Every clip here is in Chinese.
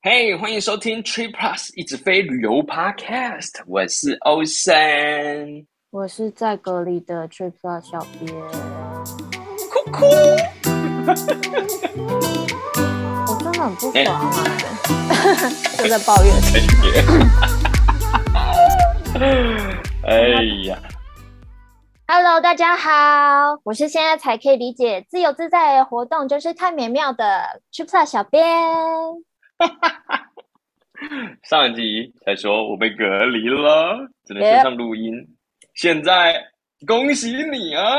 嘿，欢迎收听 Trip Plus 一直飞旅游 Podcast，我是欧森， 我是在隔离的 Trip 小编， 酷酷。 我真的很不哎， 爽就在抱怨。 哎呀， Hello，大家好，我是现在才可以理解自由自在的活动就是太美妙的 Trip 小编。 上一集才说我被隔离了，只能线上录音。现在恭喜你啊！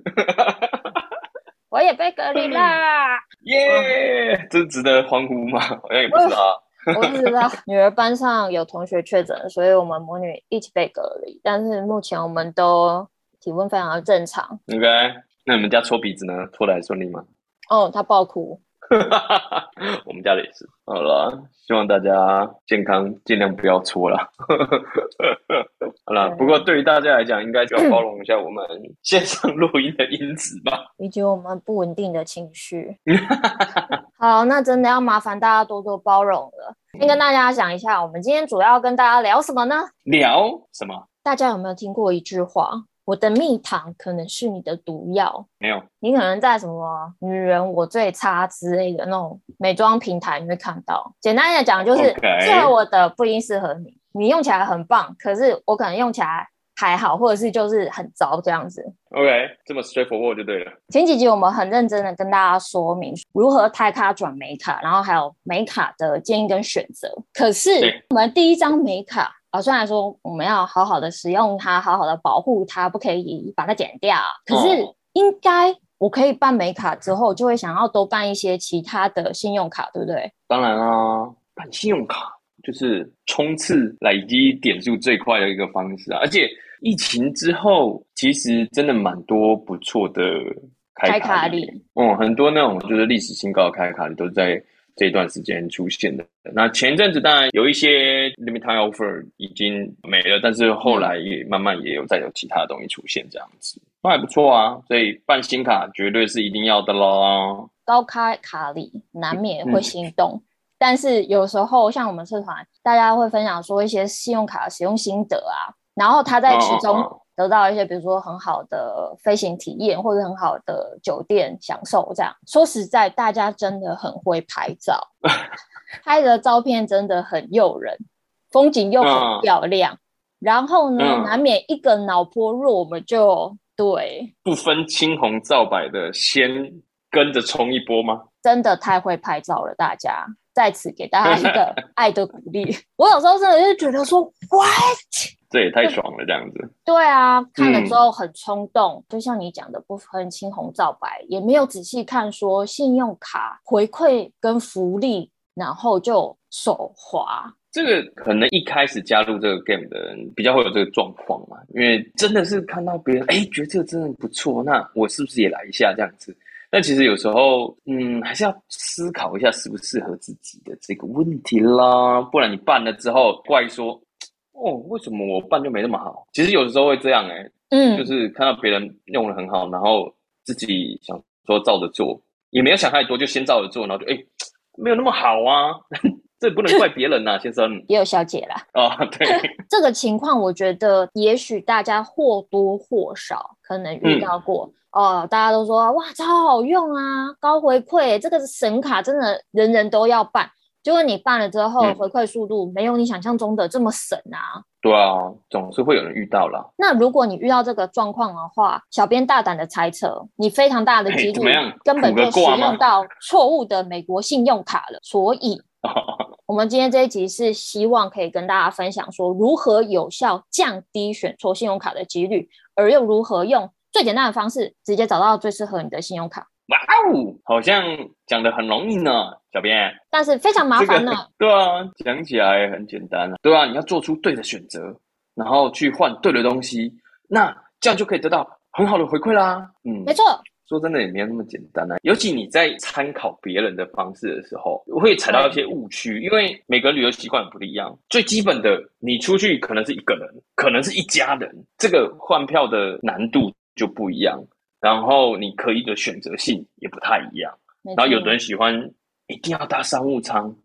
我也被隔离啦！ 耶，这是值得欢呼吗？好像也不是啊。 我不知道，女儿班上有同学确诊，所以我们母女一起被隔离，但是目前我们都体温非常的正常。 OK，那你们家搓鼻子呢？搓得还顺利吗？ 哦，她爆哭。 我们家的也是。好了，希望大家健康，尽量不要搓啦。好了，不过对于大家来讲，应该就要包容一下我们线上录音的音质吧。 以及我们不稳定的情绪。好，那真的要麻烦大家多多包容了。先跟大家讲一下，我们今天主要跟大家聊什么呢？ 聊什么？ 大家有没有听过一句话？我的蜜糖可能是你的毒药。 没有。 你可能在什么女人我最差之类的那种美妆平台你会看到。简单的讲就是适合我的不一定适合你，你用起来很棒，可是我可能用起来还好，或者是就是很糟这样子。 OK， 这么 straightforward 就对了。 前几集我们很认真的跟大家说明如何泰卡转美卡，然后还有美卡的建议跟选择。可是我们第一张美卡虽然说我们要好好的使用它，好好的保护它，不可以把它剪掉，可是应该我可以办美卡之后就会想要多办一些其他的信用卡，对不对？ 当然啦，办信用卡就是冲刺累积点数最快的一个方式啊！而且疫情之后，其实真的蛮多不错的开卡礼，很多那种就是历史新高的开卡礼都在这一段时间出现的。那前阵子当然有一些 limited time offer 已经没了，但是后来也慢慢也有再有其他的东西出现，这样子那还不错啊。所以办新卡绝对是一定要的咯。 高开卡礼难免会心动。但是有时候像我们社团大家会分享说一些信用卡的使用心得啊，然后他在其中得到一些比如说很好的飞行体验或者很好的酒店享受，这样说实在大家真的很会拍照拍的照片真的很诱人，风景又很漂亮，然后呢难免一个脑波弱，我们就对不分青红皂白的先跟着冲一波吗？ 真的太会拍照了，大家在此给大家一个爱的鼓励。我有时候真的就觉得说 what， 这也太爽了这样子。 对啊，看了之后很冲动，就像你讲的不分青红皂白，也没有仔细看说信用卡回馈跟福利，然后就手滑。 这个可能一开始加入这个 game 的人比较会有这个状况嘛，因为真的是看到别人觉得这个真的不错，那我是不是也来一下这样子？但其实有时候还是要思考一下适不适合自己的这个问题啦，不然你办了之后怪说为什么我办就没那么好？其实有时候会这样就是看到别人用的很好，然后自己想说照着做，也没有想太多，就先照着做，然后就没有那么好啊。这不能怪别人啊，先生。 也有小姐啦。 对。 这个情况我觉得也许大家或多或少可能遇到过。大家都说哇超好用啊，高回馈，这个神卡真的人人都要办，结果你办了之后回馈速度没有你想象中的这么神啊。 对啊，总是会有人遇到啦。 那如果你遇到这个状况的话，小编大胆的猜测，你非常大的几率根本就使用到错误的美国信用卡了。所以我们今天这一集是希望可以跟大家分享说如何有效降低选错信用卡的几率，而又如何用最简单的方式直接找到最适合你的信用卡。 哇哦，好像讲得很容易呢，小编， 但是非常麻烦呢。 对啊，讲起来很简单对啊，你要做出对的选择，然后去换对的东西，那这样就可以得到很好的回馈啦。 没错。 说真的也没有那么简单尤其你在参考别人的方式的时候，会踩到一些误区，因为每个旅游习惯不一样。最基本的，你出去可能是一个人，可能是一家人，这个换票的难度就不一样，然后你可以的选择性也不太一样。然后有的人喜欢一定要搭商务舱，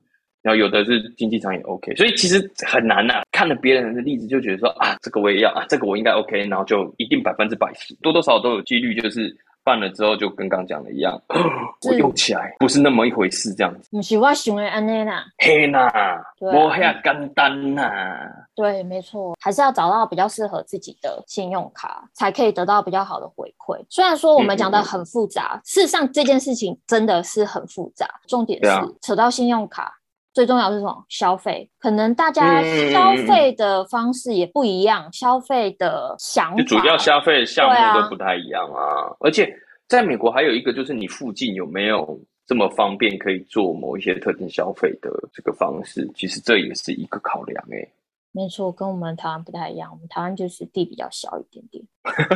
然后有的是经济舱也 OK，所以其实很难啊。看了别人的例子就觉得说啊，这个我也要啊，这个我应该 OK，然后就一定100%行，多多少少都有几率，就是办了之后就跟刚讲的一样，我用起来不是那么一回事，这样子。 不是我想的安尼啦， 嘿呐，没遐简单呐。 对，没错，还是要找到比较适合自己的信用卡，才可以得到比较好的回馈。虽然说我们讲的很复杂，事实上这件事情真的是很复杂。重点是扯到信用卡，最重要的是什么？消费。可能大家消费的方式也不一样，消费的想法， 就主要消费项目都不太一样啊。而且在美国还有一个就是你附近有没有这么方便可以做某一些特定消费的这个方式，其实这也是一个考量欸。 没错，跟我们台湾不太一样，我们台湾就是地比较小一点点，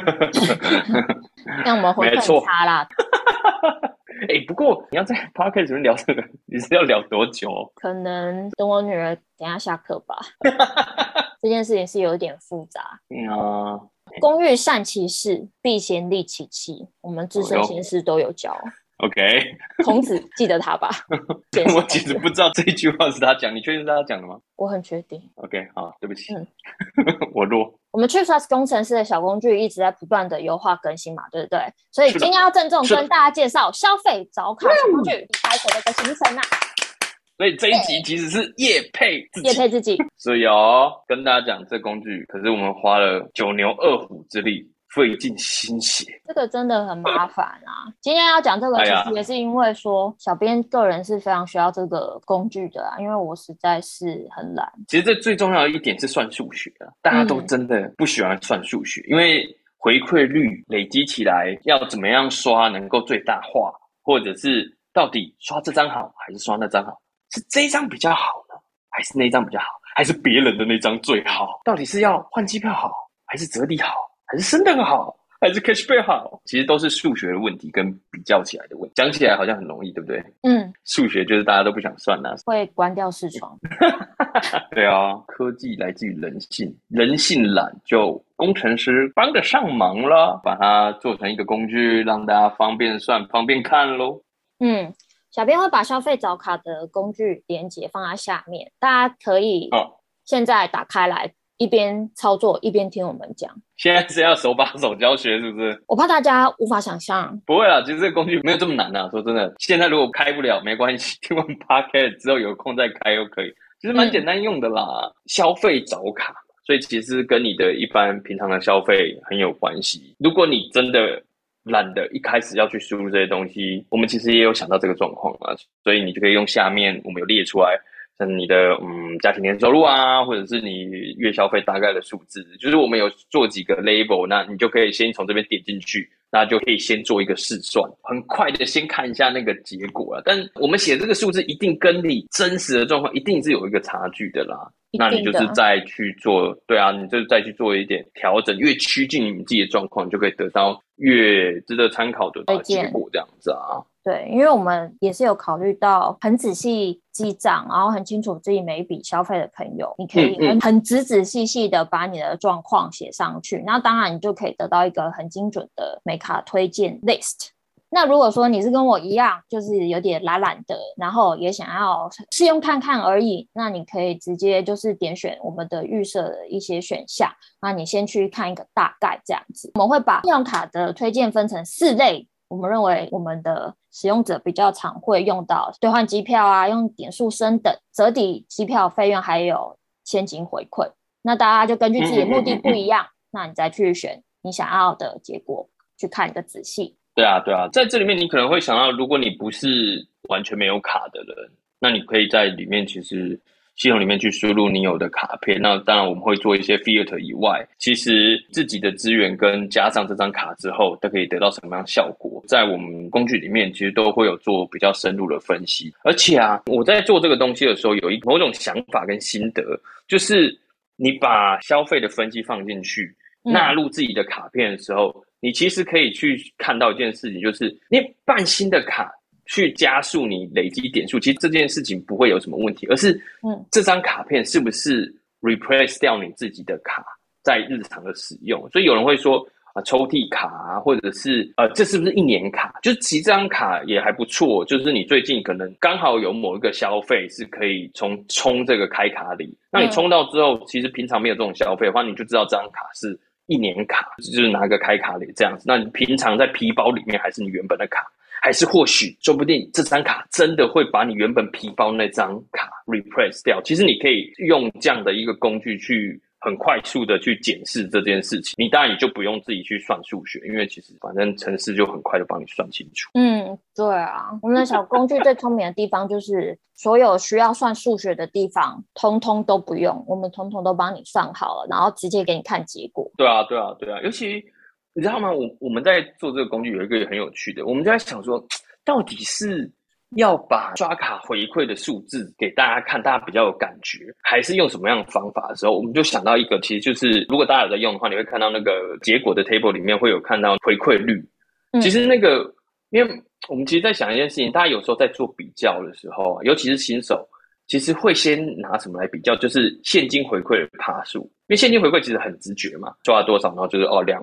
让我们回馈差啦。 不过你要在 podcast 里面聊这个，你是要聊多久？ 可能等我女儿等一下下课吧。这件事情是有一点复杂。工欲善其事，必先利其器。我们自身先师都有教。 OK， 孔子记得他吧？ 我其实不知道这一句话是他讲，你确定是他讲的吗？ 我很确定。 OK， 好，对不起，我弱。 我们 ChipSARS 工程师的小工具一直在不断的优化更新嘛，对不对？所以今天要郑重跟大家介绍消费找卡小工具理财手的一个行程啊。 所以这一集其实是业配自己，所以跟大家讲这工具，可是我们花了9牛2虎之力，费尽心血， 这个真的很麻烦啊。今天要讲这个，其实也是因为说，小编个人是非常需要这个工具的啊，因为我实在是很懒。 其实这最重要的一点是算数学啊，大家都真的不喜欢算数学，因为回馈率累积起来，要怎么样刷能够最大化，或者是到底刷这张好还是刷那张好，是这一张比较好呢，还是那张比较好，还是别人的那张最好？到底是要换机票好，还是折抵好？还是升等好，还是 cashback 好？其实都是数学的问题跟比较起来的问题。讲起来好像很容易，对不对？数学就是大家都不想算啊， 会关掉视窗。 对啊，科技来自于人性，人性懒，就工程师帮得上忙了，把它做成一个工具，让大家方便算、方便看咯。 小编会把消费找卡的工具连结放在下面，大家可以现在打开来。一边操作一边听我们讲， 现在是要手把手教学是不是？ 我怕大家无法想象。 不会啦，其实这个工具没有这么难啊，说真的，现在如果开不了没关系，听完 podcast 之后有空再开又可以，其实蛮简单用的啦。消费找卡，所以其实跟你的一般平常的消费很有关系。如果你真的懒得一开始要去输入这些东西，我们其实也有想到这个状况啊，所以你就可以用下面我们有列出来。像你的家庭年收入啊，或者是你月消费大概的数字，就是我们有做几个 label， 那你就可以先从这边点进去，那就可以先做一个试算，很快的先看一下那个结果了。但我们写这个数字一定跟你真实的状况一定是有一个差距的啦。那你就是再去做，对啊，你就再去做一点调整，越趋近你自己的状况，你就可以得到越值得参考的结果，这样子啊。 对，因为我们也是有考虑到很仔细记账，然后很清楚自己每一笔消费的朋友，你可以很仔仔细细的把你的状况写上去，那当然你就可以得到一个很精准的美卡推荐 list。那如果说你是跟我一样，就是有点懒懒的，然后也想要试用看看而已，那你可以直接就是点选我们的预设的一些选项，那你先去看一个大概这样子。我们会把信用卡的推荐分成4类。我们认为我们的使用者比较常会用到兑换机票啊，用点数升等、折抵机票费用，还有现金回馈。那大家就根据自己的目的不一样，那你再去选你想要的结果，去看一个仔细。 对啊，在这里面你可能会想到，如果你不是完全没有卡的人，那你可以在里面其实系统里面去输入你有的卡片，那当然我们会做一些 filter 以外，其实自己的资源跟加上这张卡之后，都可以得到什么样的效果，在我们工具里面其实都会有做比较深入的分析。而且啊，我在做这个东西的时候，有某种想法跟心得，就是你把消费的分析放进去，纳入自己的卡片的时候，你其实可以去看到一件事情，就是你办新的卡去加速你累积点数，其实这件事情不会有什么问题，而是这张卡片是不是 replace 掉你自己的卡在日常的使用。所以有人会说抽屉卡啊，或者是这是不是1年卡？就是其实这张卡也还不错，就是你最近可能刚好有某一个消费是可以充这个开卡礼，那你充到之后，其实平常没有这种消费的话，你就知道这张卡是1年卡，就是拿个开卡礼这样子。那你平常在皮包里面还是你原本的卡，还是或许说不定这张卡真的会把你原本皮包那张卡 replace 掉。其实你可以用这样的一个工具去很快速的去检视这件事情，你当然也就不用自己去算数学，因为其实反正程式就很快就帮你算清楚。 对啊，我们的小工具最聪明的地方就是所有需要算数学的地方通通都不用，我们通通都帮你算好了，然后直接给你看结果。 对啊，尤其你知道吗？我们在做这个工具有一个很有趣的，我们就在想说，到底是要把刷卡回馈的数字给大家看，大家比较有感觉，还是用什么样的方法的时候，我们就想到一个，其实就是如果大家有在用的话，你会看到那个结果的 table 里面会有看到回馈率。其实那个，因为我们其实在想一件事情，大家有时候在做比较的时候，尤其是新手，其实会先拿什么来比较？就是现金回馈的趴数，因为现金回馈其实很直觉嘛，抓了多少，然后就是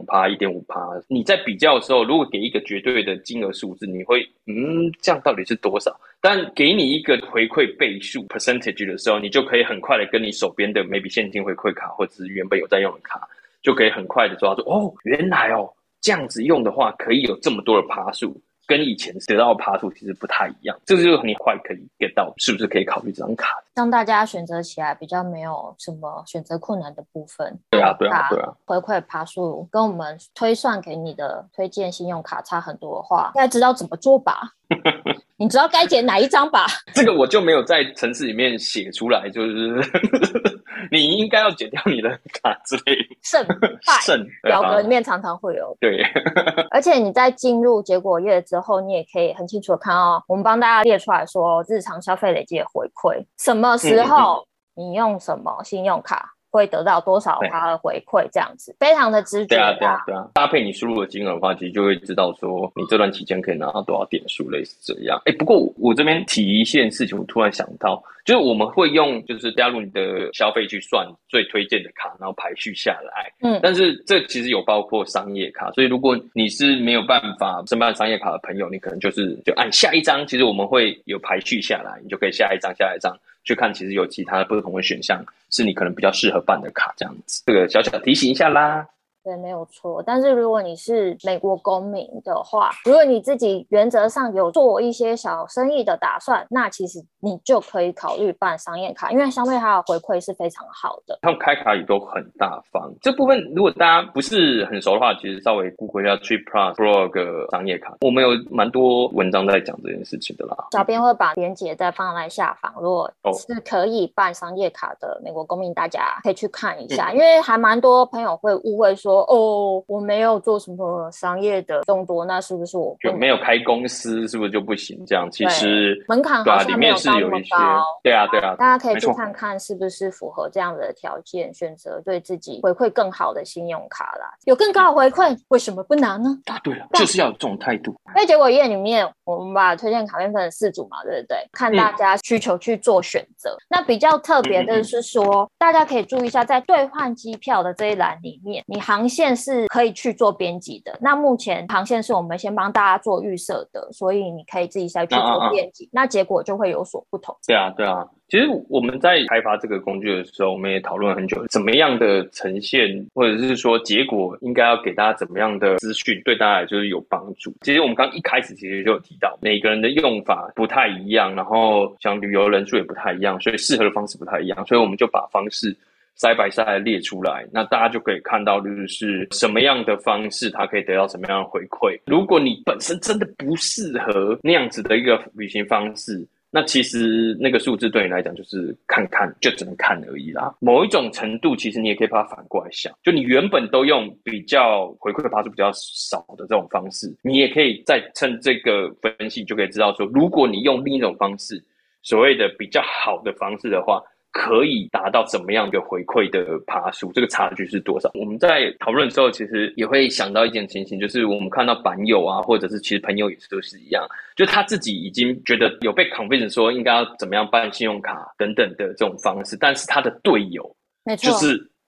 2%、1.5%。你在比较的时候，如果给一个绝对的金额数字，你会这样到底是多少？但给你一个回馈倍数 percentage 的时候，你就可以很快的跟你手边的 maybe 现金回馈卡或者是原本有在用的卡，就可以很快的抓住原来这样子用的话，可以有这么多的趴数。跟以前得到的趴数其实不太一样，这个就是你快可以 get 到，是不是可以考虑这张卡？ 让大家选择起来比较没有什么选择困难的部分。 对啊， 回馈趴数跟我们推算给你的推荐信用卡差很多的话，应该知道怎么做吧？你知道该减哪一张吧？ 这个我就没有在程式里面写出来，就是你应该要减掉你的卡之类的。 胜败表格里面常常会有。 对， 而且你在进入结果页之后，你也可以很清楚的看到，我们帮大家列出来说日常消费累积的回馈，什么时候你用什么信用卡会得到多少趴的回馈，这样子非常的直觉。 对啊，搭配你输入的金额的话，其实就会知道说你这段期间可以拿到多少点数，类似这样。不过我这边提一件事情，我突然想到，就是我们会用就是加入你的消费去算最推荐的卡，然后排序下来。但是这其实有包括商业卡，所以如果你是没有办法申办商业卡的朋友，你可能就按下一张，其实我们会有排序下来，你就可以下一张去看，其实有其他不同的选项是你可能比较适合办的卡，这样子。这个小小提醒一下啦。 对，没有错。但是如果你是美国公民的话，如果你自己原则上有做一些小生意的打算，那其实你就可以考虑办商业卡，因为商业卡的回馈是非常好的。 他们开卡也都很大方。这部分如果大家不是很熟的话，其实稍微 Google 一下 Trip Plus Blog 商业卡，我们有蛮多文章在讲这件事情的啦。 小编会把连结再放在下方，如果是可以办商业卡的美国公民，大家可以去看一下，因为还蛮多朋友会误会说我没有做什么商业的动作，那是不是我就没有开公司，是不是就不行？这样其实门槛好像没有到那么高。 对啊， 大家可以去看看是不是符合这样的条件，选择对自己回馈更好的信用卡啦。有更高的回馈，为什么不拿呢？ 对了，就是要有这种态度。 在结果页里面，我们把推荐卡片分成4组嘛，对不对？看大家需求去做选择。那比较特别的是说，大家可以注意一下，在兑换机票的这一栏里面，你航线是可以去做编辑的。那目前航线是我们先帮大家做预设的，所以你可以自己再去做编辑，那结果就会有所不同。 对啊。其实我们在开发这个工具的时候，我们也讨论了很久，怎么样的呈现，或者是说结果应该要给大家怎么样的资讯，对大家来就是有帮助。其实我们刚一开始其实就有提到，每个人的用法不太一样，然后像旅游人数也不太一样，所以适合的方式不太一样，所以我们就把方式side by side 列出来，那大家就可以看到就是什么样的方式它可以得到什么样的回馈。如果你本身真的不适合那样子的一个旅行方式，那其实那个数字对你来讲就是看看，就只能看而已啦。某一种程度，其实你也可以把它反过来想，就你原本都用比较回馈趴数比较少的这种方式，你也可以再趁这个分析就可以知道说，如果你用另一种方式，所谓的比较好的方式的话，可以达到怎么样的回馈的趴数，这个差距是多少？我们在讨论的时候，其实也会想到一件情形，就是我们看到版友啊，或者是其实朋友也都是一样，就他自己已经觉得有被 convince 说应该要怎么样办信用卡等等的这种方式，但是他的队友就是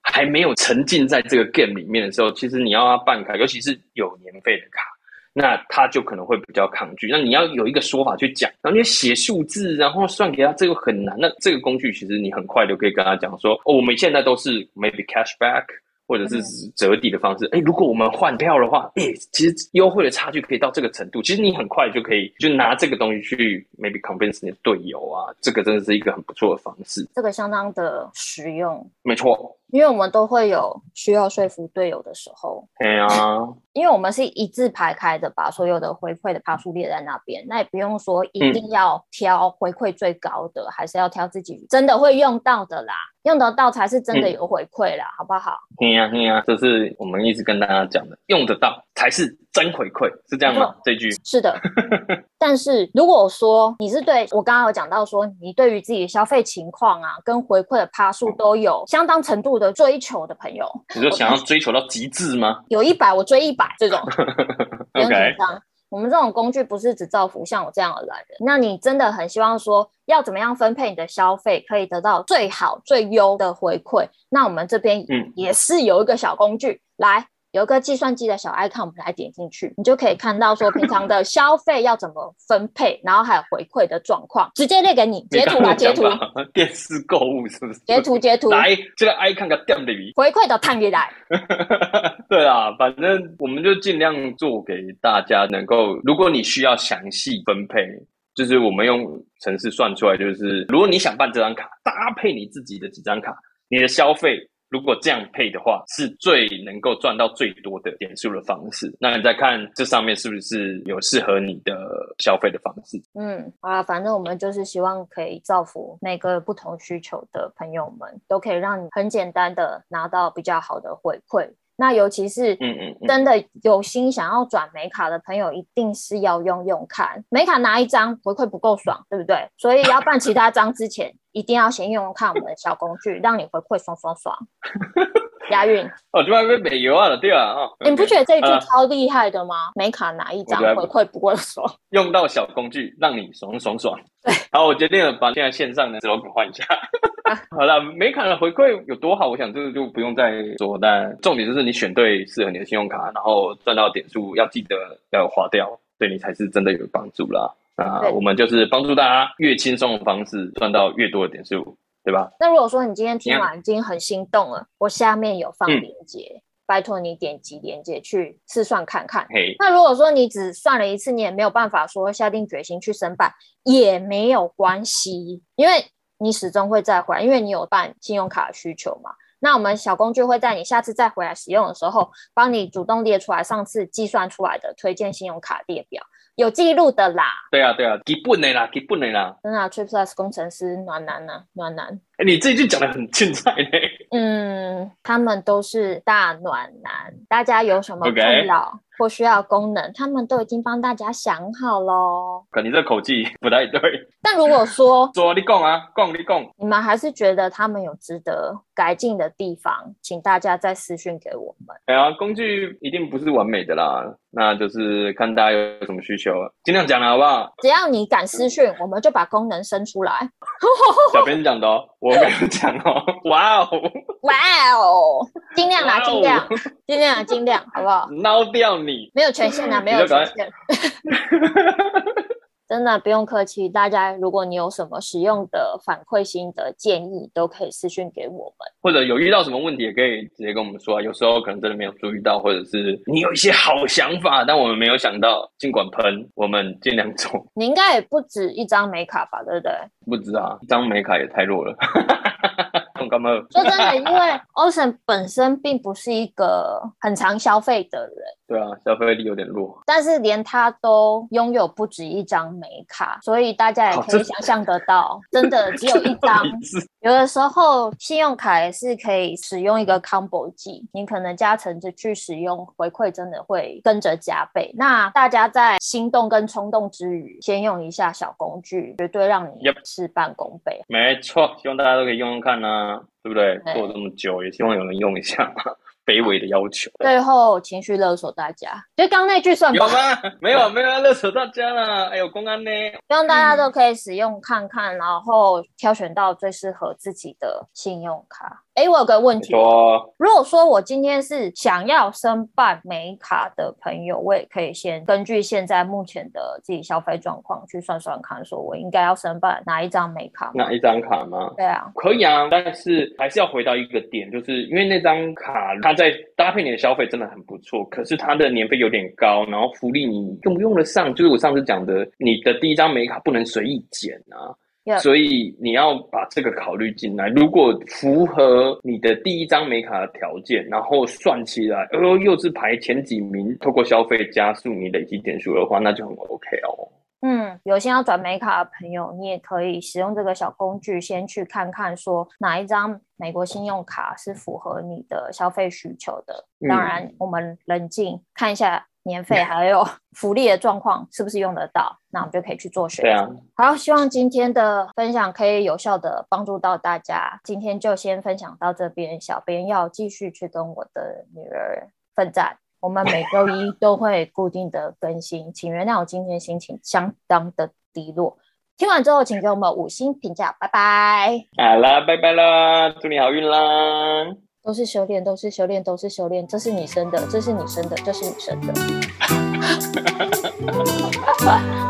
还没有沉浸在这个 game 里面的时候，其实你要他办卡，尤其是有年费的卡，那他就可能会比较抗拒。那你要有一个说法去讲，然后你写数字，然后算给他，这个很难。那这个工具其实你很快就可以跟他讲说，哦，我们现在都是 maybe cashback。或者是折抵的方式，如果我们换票的话，其实优惠的差距可以到这个程度，其实你很快就可以就拿这个东西去 maybe convince 你的队友啊，这个真的是一个很不错的方式。 这个相当的实用， 没错， 因为我们都会有需要说服队友的时候。 对啊， 因为我们是一字排开的，把所有的回馈的趴数列在那边，那也不用说一定要挑回馈最高的，还是要挑自己真的会用到的啦，用得到才是真的有回馈啦，好不好？ 对啊，这是我们一直跟大家讲的，用得到才是真回馈，是这样吗？这句是的。但是如果说你是对我刚刚有讲到说，你对于自己的消费情况啊，跟回馈的趴数都有相当程度的追求的朋友， 你就想要追求到极致吗？ 有100我追100这种，不用紧 ，OK， 张。我们这种工具不是只造福像我这样的懒人，那你真的很希望说要怎么样分配你的消费，可以得到最好最优的回馈，那我们这边也是有一个小工具，来有一个计算机的小 icon， 我们来点进去，你就可以看到说平常的消费要怎么分配，然后还有回馈的状况，直接列给你，截图吧，截图。 电视购物是不是？ 截图， 来这个 icon 给点里， 回馈的探进来。 对啊，反正我们就尽量做给大家能够，如果你需要详细分配，就是我们用程式算出来，就是如果你想办这张卡，搭配你自己的几张卡，你的消费如果这样配的话，是最能够赚到最多的点数的方式。那你再看这上面是不是有适合你的消费的方式？ 好啦，反正我们就是希望可以造福每个不同需求的朋友们，都可以让你很简单的拿到比较好的回馈。那尤其是真的有心想要转美卡的朋友，一定是要用看美卡拿一张回馈不够爽，对不对？所以要办其他张之前一定要先用看我们的小工具，让你回馈爽。押韵哦，就要被美油啊了，对啊， 你不觉得这一句超厉害的吗？美卡拿一张回馈不够爽， 用到小工具让你爽。对，好，我决定了，把现在线上的 slogan 换一下。好了，美卡的回馈有多好，我想这个就不用再说。但重点就是你选对适合你的信用卡，然后赚到点数要记得要有花掉，对你才是真的有帮助啦。我们就是帮助大家越轻松的方式赚到越多的点数，对吧？ 那如果说你今天听完已经很心动了，我下面有放链接，拜托你点击链接去试算看看。那如果说你只算了一次，你也没有办法说下定决心去申办，也没有关系，因为你始终会再回来，因为你有办信用卡的需求嘛。那我们小工具会在你下次再回来使用的时候，帮你主动列出来上次计算出来的推荐信用卡列表，有记录的啦。 对啊，基本的啦。 真的，Trip Plus 工程师暖男。 你这一句讲得很精彩呢。 他们都是大暖男，大家有什么困扰或需要功能，他们都已经帮大家想好咯。 可你这口气不太对。 但如果说你讲啊，你讲， 你们还是觉得他们有值得改进的地方，请大家再私讯给我们。 工具一定不是完美的啦，那就是看大家有什么需求，尽量讲了好不好？ 只要你敢私讯，我们就把功能生出来。 小编讲的哦，我没有讲哦。哇哦， 尽量啦，尽量，好不好？ 挠掉你， 没有权限啊，没有权限。真的不用客气，大家如果你有什么使用的反馈心得建议，都可以私讯给我们， 或者有遇到什么问题也可以直接跟我们说啊。有时候可能真的没有注意到，或者是你有一些好想法，但我们没有想到，尽管喷，我们尽量做。 你应该也不止一张美卡吧，对不对？ 不止啊，一张美卡也太弱了。 说真的，因为 Ocean 本身并不是一个很常消费的人， 对啊，消费力有点弱， 但是连他都拥有不止一张美卡，所以大家也可以想象得到，真的只有一张。有的时候信用卡也是可以使用一个 combo 技，你可能加成着去使用，回馈真的会跟着加倍。那大家在心动跟冲动之余，先用一下小工具，绝对让你事半功倍。 没错，希望大家都可以用用看啊，对不对？做了这么久，也希望有人用一下嘛。 卑微的要求。 最后情绪勒索大家，就刚那句算吧？ 有吗？没有要勒索大家啦。哎呦，公安呢？ 希望大家都可以使用看看，然后挑选到最适合自己的信用卡。我有个问题，如果说我今天是想要申办美卡的朋友，我也可以先根据现在目前的自己消费状况去算算看，说我应该要申办哪一张美卡吗？ 哪一张卡吗？ 对啊， 可以啊，但是还是要回到一个点，就是因为那张卡它在搭配你的消费真的很不错，可是它的年费有点高，然后福利你用不用得上？就是我上次讲的，你的第一张美卡不能随意减啊。所以你要把这个考虑进来，如果符合你的第一张美卡的条件，然后算起来，又是排前几名，透过消费加速你累积点数的话，那就很 OK 哦。 有心要转美卡的朋友，你也可以使用这个小工具，先去看看说哪一张美国信用卡是符合你的消费需求的。当然，我们冷静看一下年费还有福利的状况是不是用得到，那我们就可以去做选择。好，希望今天的分享可以有效的帮助到大家。今天就先分享到这边，小编要继续去跟我的女儿奋战。我们每周一都会固定的更新，请原谅我今天心情相当的低落。听完之后请给我们5星评价，拜拜。 好啦，拜拜啦，祝你好运啦。 都是修炼，都是修炼，都是修炼，这是你生的，这是你生的，这是你生的。